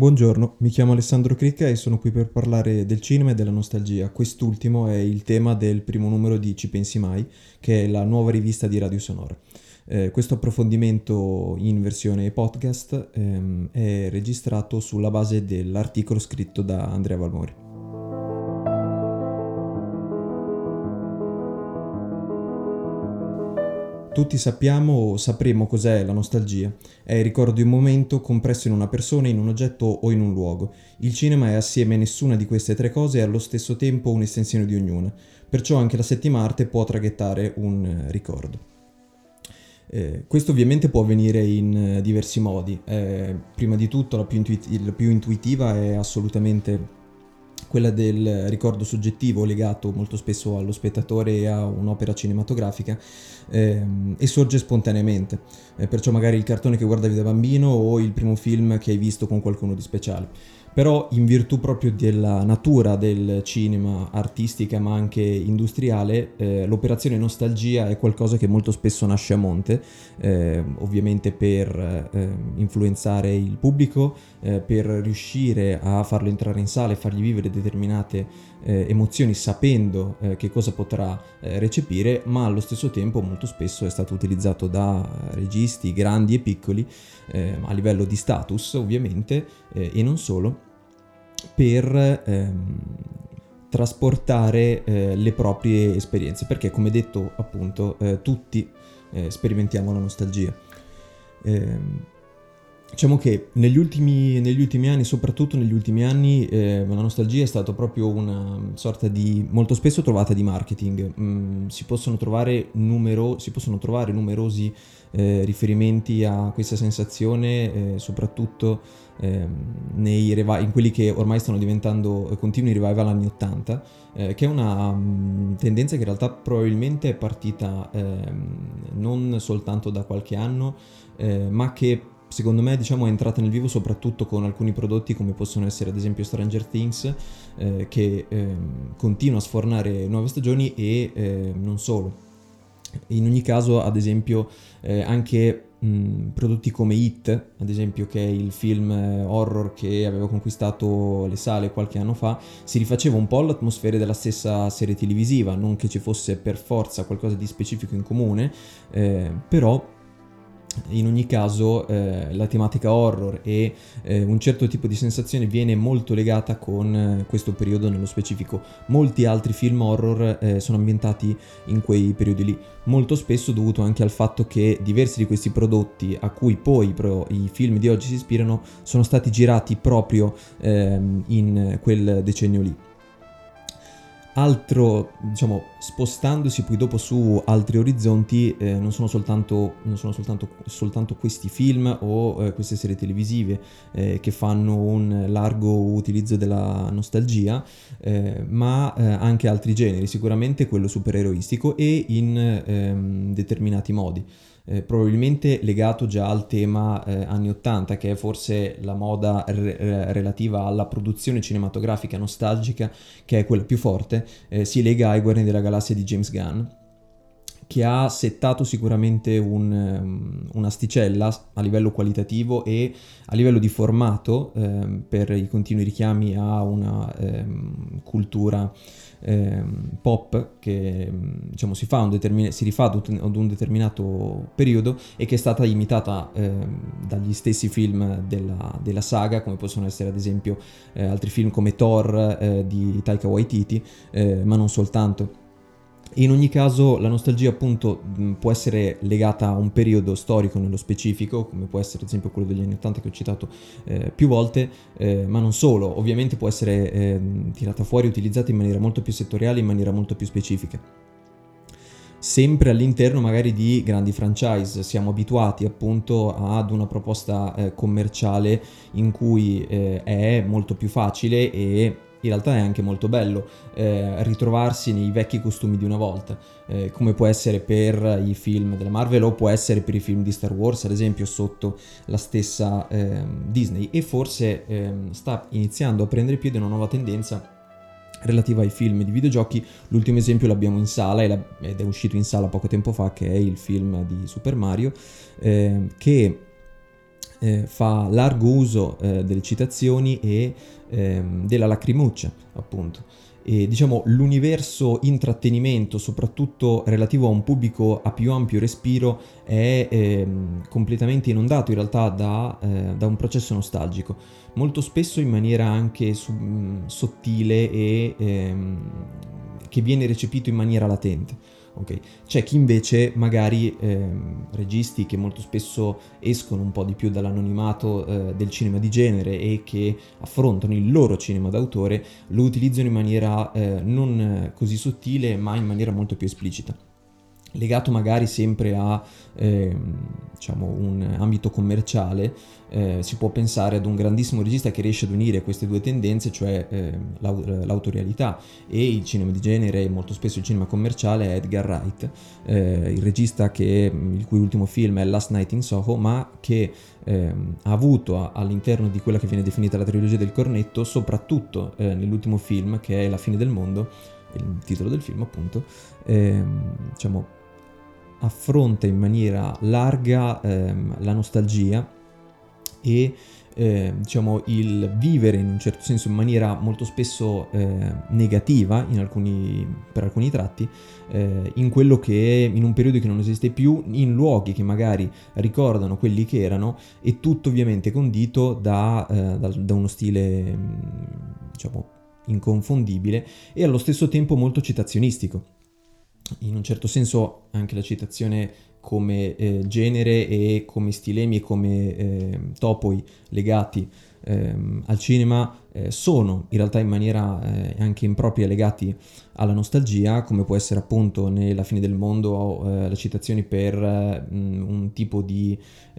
Buongiorno, mi chiamo Alessandro Cricca e sono qui per parlare del cinema e della nostalgia. Quest'ultimo è il tema del primo numero di Ci pensi mai, che è la nuova rivista di Radio Sonora. Questo approfondimento in versione podcast è registrato sulla base dell'articolo scritto da Andrea Valmori. Tutti sappiamo o sapremo cos'è la nostalgia. È il ricordo di un momento compresso in una persona, in un oggetto o in un luogo. Il cinema è assieme nessuna di queste tre cose e allo stesso tempo un'estensione di ognuna. Perciò anche la settima arte può traghettare un ricordo. Questo ovviamente può avvenire in diversi modi. Prima di tutto la più intuitiva è assolutamente quella del ricordo soggettivo legato molto spesso allo spettatore e a un'opera cinematografica e sorge spontaneamente, perciò magari il cartone che guardavi da bambino o il primo film che hai visto con qualcuno di speciale. Però in virtù proprio della natura del cinema artistica ma anche industriale, l'operazione nostalgia è qualcosa che molto spesso nasce a monte, ovviamente per influenzare il pubblico, per riuscire a farlo entrare in sala e fargli vivere determinate emozioni sapendo che cosa potrà recepire, ma allo stesso tempo molto spesso è stato utilizzato da registi grandi e piccoli a livello di status ovviamente e non solo, per trasportare le proprie esperienze, perché come detto appunto tutti sperimentiamo la nostalgia. Diciamo che negli ultimi anni, soprattutto negli ultimi anni, la nostalgia è stata proprio una sorta di, molto spesso trovata di marketing. Si possono trovare numerosi riferimenti a questa sensazione, soprattutto in quelli che ormai stanno diventando continui revival anni 80, che è una tendenza che in realtà probabilmente è partita non soltanto da qualche anno, ma che secondo me è entrata nel vivo soprattutto con alcuni prodotti come possono essere ad esempio Stranger Things, che continua a sfornare nuove stagioni e non solo. In ogni caso, ad esempio, anche prodotti come It, ad esempio, che è il film horror che aveva conquistato le sale qualche anno fa, si rifaceva un po' all'atmosfera della stessa serie televisiva, non che ci fosse per forza qualcosa di specifico in comune, però in ogni caso la tematica horror e un certo tipo di sensazione viene molto legata con questo periodo nello specifico. Molti altri film horror sono ambientati in quei periodi lì, molto spesso dovuto anche al fatto che diversi di questi prodotti a cui poi però i film di oggi si ispirano sono stati girati proprio in quel decennio lì. Spostandosi poi dopo su altri orizzonti, non sono soltanto questi film o queste serie televisive che fanno un largo utilizzo della nostalgia, ma anche altri generi, sicuramente quello supereroistico e in determinati modi. Probabilmente legato già al tema anni 80, che è forse la moda relativa alla produzione cinematografica nostalgica, che è quella più forte, si lega ai Guardiani della Galassia di James Gunn, che ha settato sicuramente un'asticella a livello qualitativo e a livello di formato per i continui richiami a una cultura pop che si rifà ad un determinato periodo e che è stata imitata dagli stessi film della saga, come possono essere ad esempio altri film come Thor di Taika Waititi, ma non soltanto. In ogni caso la nostalgia appunto può essere legata a un periodo storico nello specifico, come può essere ad esempio quello degli anni 80 che ho citato più volte, ma non solo, ovviamente può essere tirata fuori e utilizzata in maniera molto più settoriale, in maniera molto più specifica. Sempre all'interno magari di grandi franchise, siamo abituati appunto ad una proposta commerciale in cui è molto più facile e in realtà è anche molto bello ritrovarsi nei vecchi costumi di una volta, come può essere per i film della Marvel o può essere per i film di Star Wars, ad esempio, sotto la stessa Disney. E forse sta iniziando a prendere piede una nuova tendenza relativa ai film di videogiochi. L'ultimo esempio l'abbiamo in sala ed è uscito in sala poco tempo fa, che è il film di Super Mario, che fa largo uso delle citazioni e della lacrimuccia, appunto. E diciamo l'universo intrattenimento, soprattutto relativo a un pubblico a più ampio respiro, è completamente inondato in realtà da un processo nostalgico, molto spesso in maniera anche sottile e che viene recepito in maniera latente. Okay. C'è chi invece magari registi che molto spesso escono un po' di più dall'anonimato del cinema di genere e che affrontano il loro cinema d'autore, lo utilizzano in maniera non così sottile ma in maniera molto più esplicita, legato magari sempre a diciamo un ambito commerciale. Si può pensare ad un grandissimo regista che riesce ad unire queste due tendenze, cioè l'autorialità e il cinema di genere, e molto spesso il cinema commerciale, è Edgar Wright, il regista il cui ultimo film è Last Night in Soho, ma che ha avuto all'interno di quella che viene definita la trilogia del cornetto, soprattutto nell'ultimo film che è La fine del mondo, il titolo del film appunto, diciamo affronta in maniera larga la nostalgia e diciamo il vivere in un certo senso in maniera molto spesso negativa per alcuni tratti, in quello che in un periodo che non esiste più, in luoghi che magari ricordano quelli che erano, e tutto ovviamente condito da uno stile diciamo inconfondibile e allo stesso tempo molto citazionistico. In un certo senso anche la citazione come genere e come stilemi e come topoi legati al cinema sono in realtà in maniera anche impropria legati alla nostalgia, come può essere appunto nella fine del mondo le citazioni per un tipo di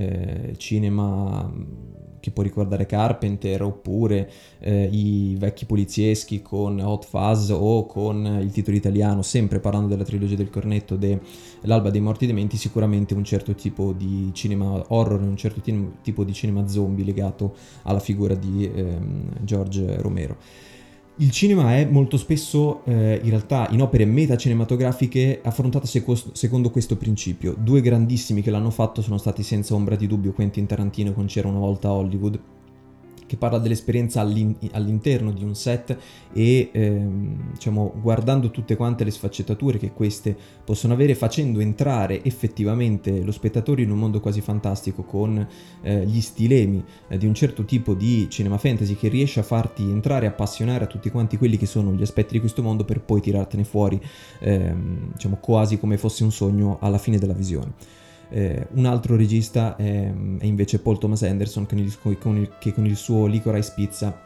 cinema che può ricordare Carpenter, oppure i vecchi polizieschi con Hot Fuzz o con il titolo italiano, sempre parlando della trilogia del cornetto, L'alba dei morti dementi, sicuramente un certo tipo di cinema horror, un certo tipo di cinema zombie legato alla figura di George Romero. Il cinema è molto spesso, in realtà, in opere metacinematografiche affrontata secondo questo principio. Due grandissimi che l'hanno fatto sono stati senza ombra di dubbio Quentin Tarantino con C'era una volta Hollywood, che parla dell'esperienza all'interno di un set e diciamo guardando tutte quante le sfaccettature che queste possono avere, facendo entrare effettivamente lo spettatore in un mondo quasi fantastico con gli stilemi di un certo tipo di cinema fantasy che riesce a farti entrare e appassionare a tutti quanti quelli che sono gli aspetti di questo mondo, per poi tirartene fuori diciamo quasi come fosse un sogno alla fine della visione. Un altro regista è invece Paul Thomas Anderson, che con il suo Licorice Pizza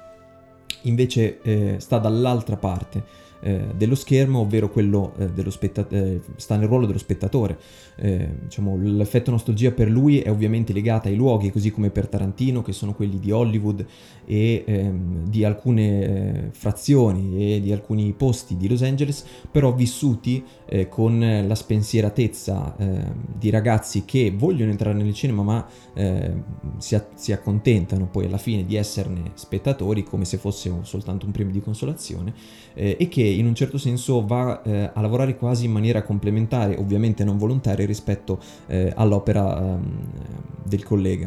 invece sta dall'altra parte dello schermo, ovvero quello sta nel ruolo dello spettatore. Diciamo, l'effetto nostalgia per lui è ovviamente legata ai luoghi, così come per Tarantino, che sono quelli di Hollywood e di alcune frazioni e di alcuni posti di Los Angeles, però vissuti con la spensieratezza di ragazzi che vogliono entrare nel cinema ma si accontentano poi alla fine di esserne spettatori, come se fosse soltanto un premio di consolazione, e che in un certo senso va a lavorare quasi in maniera complementare, ovviamente non volontaria, rispetto all'opera del collega.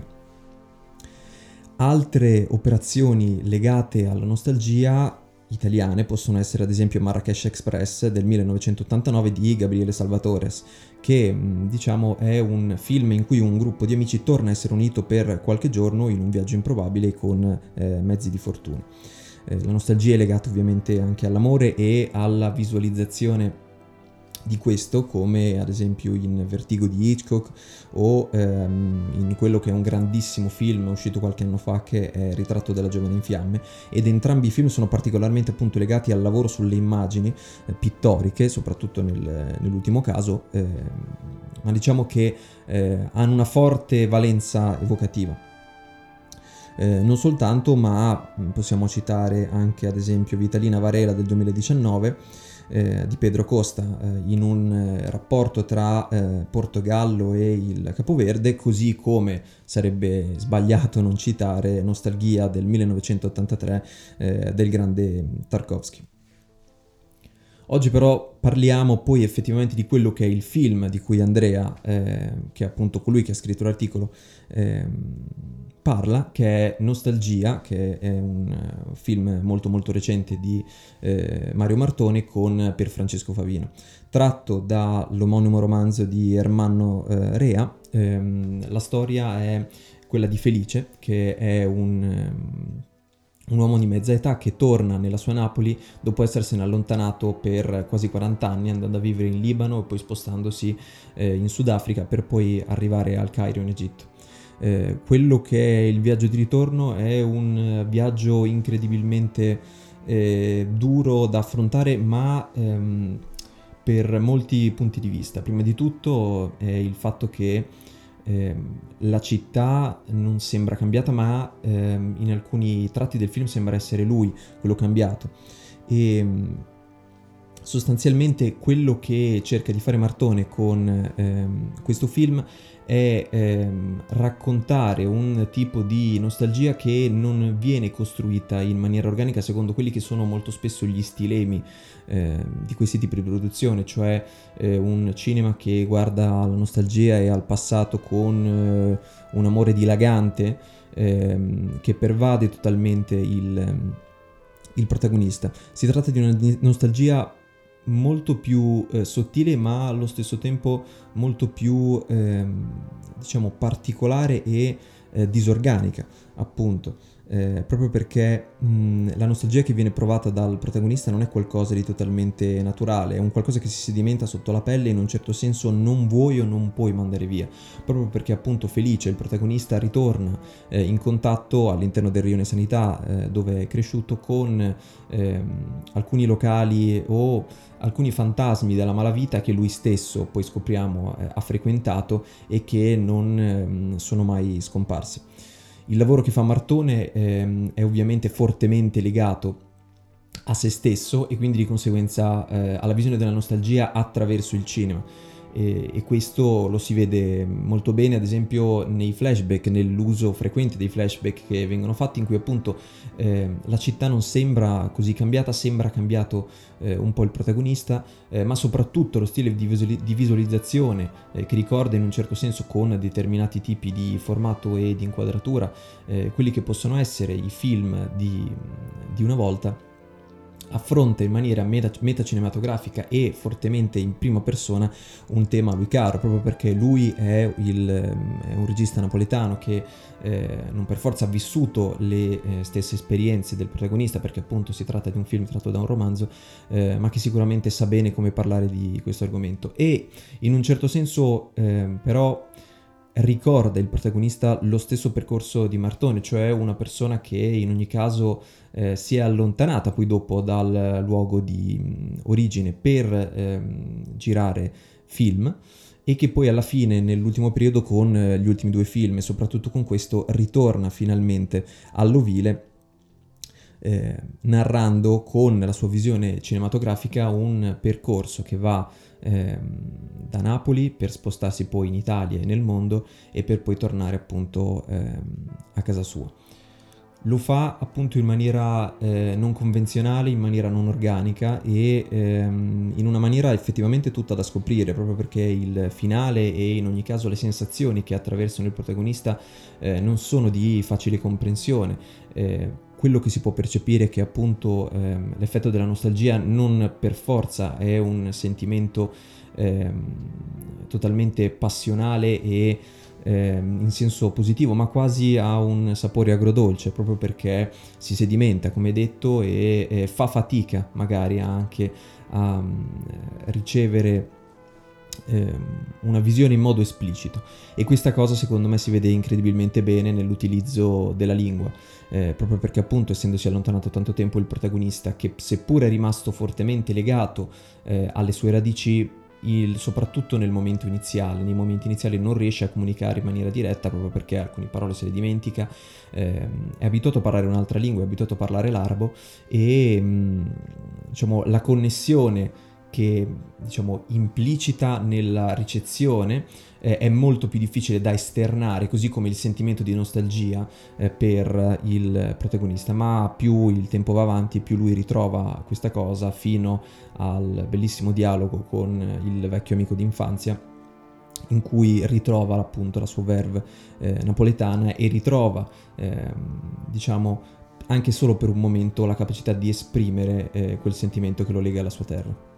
Altre operazioni legate alla nostalgia italiane possono essere ad esempio Marrakesh Express del 1989 di Gabriele Salvatores, che diciamo è un film in cui un gruppo di amici torna a essere unito per qualche giorno in un viaggio improbabile con mezzi di fortuna. La nostalgia è legata ovviamente anche all'amore e alla visualizzazione di questo, come ad esempio in Vertigo di Hitchcock o in quello che è un grandissimo film uscito qualche anno fa che è Ritratto della giovane in fiamme, ed entrambi i film sono particolarmente appunto legati al lavoro sulle immagini pittoriche, soprattutto nell'ultimo caso, ma diciamo che hanno una forte valenza evocativa. Non soltanto, ma possiamo citare anche ad esempio Vitalina Varela del 2019 di Pedro Costa, in un rapporto tra Portogallo e il Capoverde, così come sarebbe sbagliato non citare Nostalgia del 1983 del grande Tarkovsky. Oggi però parliamo poi effettivamente di quello che è il film di cui Andrea, che è appunto colui che ha scritto l'articolo, parla, che è Nostalgia, che è un film molto molto recente di Mario Martone con Pier Francesco Favino, tratto dall'omonimo romanzo di Ermanno Rea. La storia è quella di Felice, che è un uomo di mezza età che torna nella sua Napoli dopo essersene allontanato per quasi 40 anni, andando a vivere in Libano e poi spostandosi in Sudafrica per poi arrivare al Cairo in Egitto. Quello che è il viaggio di ritorno è un viaggio incredibilmente duro da affrontare, ma per molti punti di vista. Prima di tutto è il fatto che la città non sembra cambiata, ma in alcuni tratti del film sembra essere lui quello cambiato. E sostanzialmente quello che cerca di fare Martone con questo film è raccontare un tipo di nostalgia che non viene costruita in maniera organica secondo quelli che sono molto spesso gli stilemi di questi tipi di produzione, cioè un cinema che guarda alla nostalgia e al passato con un amore dilagante che pervade totalmente il protagonista. Si tratta di una nostalgia molto più sottile, ma allo stesso tempo molto più diciamo particolare e disorganica, appunto, proprio perché la nostalgia che viene provata dal protagonista non è qualcosa di totalmente naturale, è un qualcosa che si sedimenta sotto la pelle e in un certo senso non vuoi o non puoi mandare via, proprio perché appunto Felice, il protagonista, ritorna in contatto all'interno del rione Sanità dove è cresciuto con alcuni locali o alcuni fantasmi della malavita che lui stesso poi scopriamo ha frequentato e che non sono mai scomparsi. Il lavoro che fa Martone è ovviamente fortemente legato a se stesso e quindi di conseguenza alla visione della nostalgia attraverso il cinema. E questo lo si vede molto bene ad esempio nei flashback, nell'uso frequente dei flashback che vengono fatti, in cui appunto la città non sembra così cambiata, sembra cambiato un po' il protagonista, ma soprattutto lo stile di visualizzazione che ricorda in un certo senso con determinati tipi di formato e di inquadratura quelli che possono essere i film di una volta, affronta in maniera metacinematografica e fortemente in prima persona un tema a lui caro, proprio perché lui è un regista napoletano che non per forza ha vissuto le stesse esperienze del protagonista, perché appunto si tratta di un film tratto da un romanzo, ma che sicuramente sa bene come parlare di questo argomento e in un certo senso però ricorda il protagonista lo stesso percorso di Martone, cioè una persona che in ogni caso si è allontanata poi dopo dal luogo di origine per girare film e che poi alla fine nell'ultimo periodo con gli ultimi due film e soprattutto con questo ritorna finalmente all'ovile narrando con la sua visione cinematografica un percorso che va da Napoli per spostarsi poi in Italia e nel mondo e per poi tornare appunto a casa sua. Lo fa appunto in maniera non convenzionale, in maniera non organica e in una maniera effettivamente tutta da scoprire, proprio perché il finale e in ogni caso le sensazioni che attraversano il protagonista non sono di facile comprensione. Quello che si può percepire è che appunto l'effetto della nostalgia non per forza è un sentimento totalmente passionale e in senso positivo, ma quasi ha un sapore agrodolce, proprio perché si sedimenta, come detto, e fa fatica magari anche a ricevere una visione in modo esplicito, e questa cosa secondo me si vede incredibilmente bene nell'utilizzo della lingua, proprio perché appunto essendosi allontanato tanto tempo il protagonista, che seppure è rimasto fortemente legato alle sue radici, soprattutto nei momenti iniziali non riesce a comunicare in maniera diretta proprio perché alcune parole se le dimentica, è abituato a parlare un'altra lingua, è abituato a parlare l'arabo e diciamo la connessione che, diciamo, implicita nella ricezione, è molto più difficile da esternare, così come il sentimento di nostalgia per il protagonista, ma più il tempo va avanti, più lui ritrova questa cosa, fino al bellissimo dialogo con il vecchio amico d'infanzia, in cui ritrova appunto la sua verve napoletana e ritrova, diciamo, anche solo per un momento la capacità di esprimere quel sentimento che lo lega alla sua terra.